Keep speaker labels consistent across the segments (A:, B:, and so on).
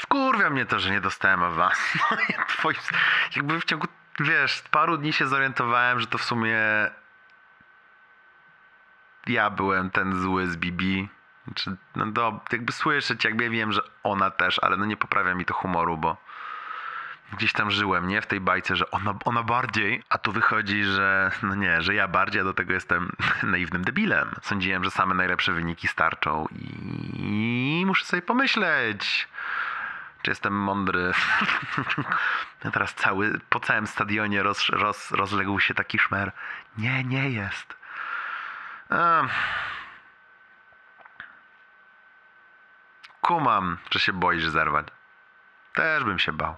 A: Wkurwia mnie to, że nie dostałem awansu. Jakby w ciągu, paru dni się zorientowałem, że to w sumie ja byłem ten zły z Bibi. Znaczy, jakby słyszeć, jakby ja wiem, że ona też, ale nie poprawia mi to humoru, bo gdzieś tam żyłem, nie? W tej bajce, że ona bardziej, a tu wychodzi, że że ja bardziej, a do tego jestem naiwnym debilem. Sądziłem, że same najlepsze wyniki starczą i muszę sobie pomyśleć, czy jestem mądry. No teraz po całym stadionie rozległ się taki szmer. Nie jest. Kumam, że się boisz zerwać. Też bym się bał.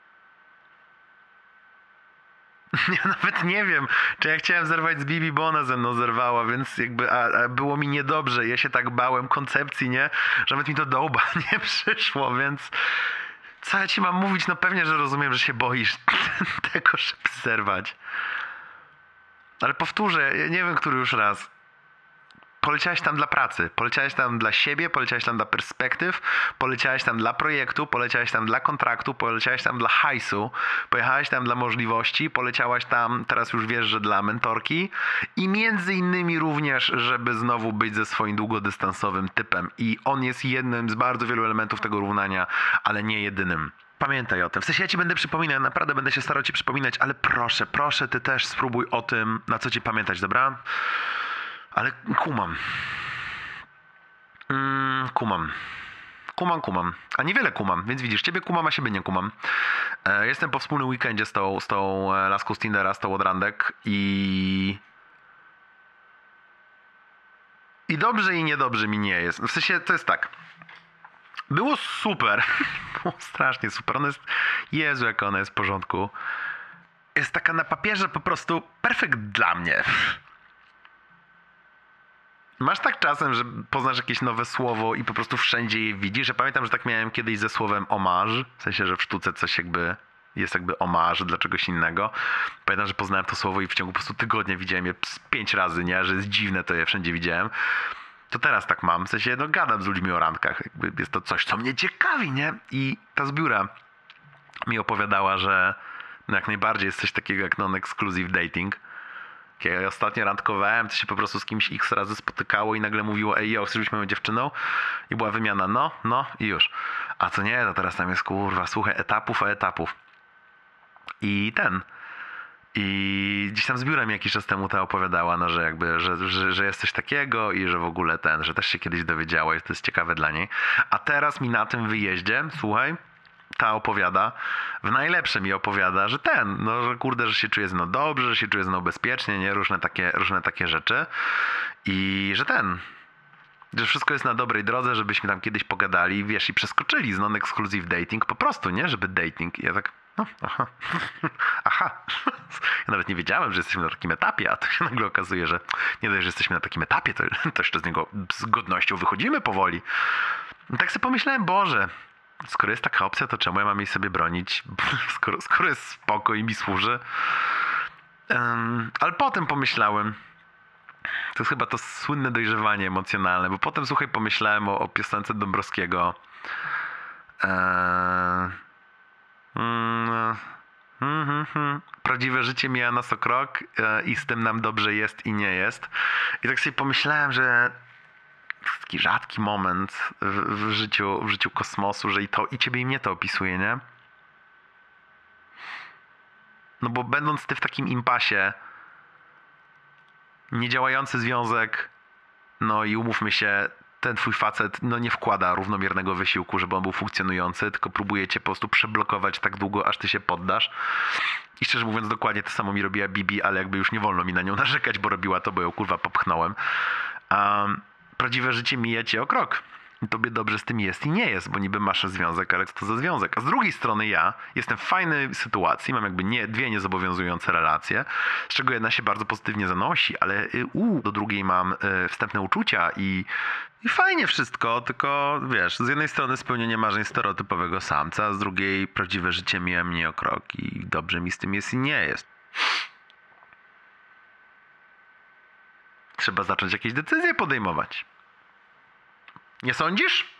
A: Ja nawet nie wiem, czy ja chciałem zerwać z Bibi, bo ona ze mną zerwała, więc jakby a było mi niedobrze. Ja się tak bałem koncepcji, nie? Że nawet mi to do łba nie przyszło, więc co ja ci mam mówić? No pewnie, że rozumiem, że się boisz tego, żeby zerwać. Ale powtórzę, ja nie wiem, który już raz. Poleciałeś tam dla pracy, poleciałeś tam dla siebie, poleciałeś tam dla perspektyw, poleciałeś tam dla projektu, poleciałeś tam dla kontraktu, poleciałeś tam dla hajsu, pojechałeś tam dla możliwości, poleciałaś tam, teraz już wiesz, że dla mentorki i między innymi również, żeby znowu być ze swoim długodystansowym typem. I on jest jednym z bardzo wielu elementów tego równania, ale nie jedynym. Pamiętaj o tym. W sensie ja ci będę przypominał, naprawdę będę się starał ci przypominać, ale proszę, ty też spróbuj o tym, na co ci pamiętać, dobra? Ale kumam. Kumam. A niewiele kumam, więc widzisz, ciebie kumam, a siebie nie kumam. Jestem po wspólnym weekendzie z tą laską z Tindera, z tą od randek i dobrze i niedobrze mi nie jest. W sensie to jest tak. Było super. Było strasznie super. Ona jest... Jezu, jak ona jest w porządku. Jest taka na papierze po prostu perfekt dla mnie. Masz tak czasem, że poznasz jakieś nowe słowo i po prostu wszędzie je widzisz? Ja pamiętam, że tak miałem kiedyś ze słowem homage, w sensie, że w sztuce coś jest homage dla czegoś innego. Pamiętam, że poznałem to słowo i w ciągu po prostu tygodnia widziałem je 5 razy, nie? Że jest dziwne, to je wszędzie widziałem. To teraz tak mam, w sensie, gadam z ludźmi o randkach. Jakby jest to coś, co mnie ciekawi, nie? I ta zbióra mi opowiadała, że jak najbardziej jest coś takiego jak non-exclusive dating. Jak ja ostatnio randkowałem, to się po prostu z kimś x razy spotykało i nagle mówiło: ej, chcesz być moją dziewczyną? I była wymiana, no i już. A co nie, to teraz tam jest, słuchaj, etapów. I gdzieś tam z biurem jakiś czas temu ta opowiadała, no, że jakby, że jest coś takiego i że w ogóle że też się kiedyś dowiedziała i to jest ciekawe dla niej. A teraz mi na tym wyjeździe, słuchaj, ta opowiada, w najlepsze mi opowiada, że że się czuje z mną dobrze, że się czuje z mną bezpiecznie, nie? Różne takie rzeczy. I że wszystko jest na dobrej drodze, żebyśmy tam kiedyś pogadali, i przeskoczyli z non-exclusive dating po prostu, nie? Żeby dating. I ja tak, aha. Ja nawet nie wiedziałem, że jesteśmy na takim etapie, a to się nagle okazuje, że nie dość, że jesteśmy na takim etapie, to jeszcze z niego z godnością wychodzimy powoli. No tak sobie pomyślałem, Boże, skoro jest taka opcja, to czemu ja mam jej sobie bronić? Skoro jest spoko i mi służy. Ale potem pomyślałem, to jest chyba to słynne dojrzewanie emocjonalne, bo potem, słuchaj, pomyślałem o piosence Dąbrowskiego. Prawdziwe życie mija nas o krok i z tym nam dobrze jest i nie jest. I tak sobie pomyślałem, że taki rzadki moment w życiu kosmosu, że i ciebie i mnie to opisuje, nie? No bo będąc ty w takim impasie, niedziałający związek, no i umówmy się, ten twój facet nie wkłada równomiernego wysiłku, żeby on był funkcjonujący, tylko próbuje cię po prostu przeblokować tak długo, aż ty się poddasz. I szczerze mówiąc, dokładnie to samo mi robiła Bibi, ale jakby już nie wolno mi na nią narzekać, bo robiła to, bo ją popchnąłem. Prawdziwe życie mija cię o krok. I tobie dobrze z tym jest i nie jest, bo niby masz związek, ale co to za związek? A z drugiej strony ja jestem w fajnej sytuacji, mam jakby dwie niezobowiązujące relacje, z czego jedna się bardzo pozytywnie zanosi, ale do drugiej mam wstępne uczucia i fajnie wszystko, tylko z jednej strony spełnienie marzeń stereotypowego samca, a z drugiej prawdziwe życie mija mnie o krok i dobrze mi z tym jest i nie jest. Trzeba zacząć jakieś decyzje podejmować. Nie sądzisz?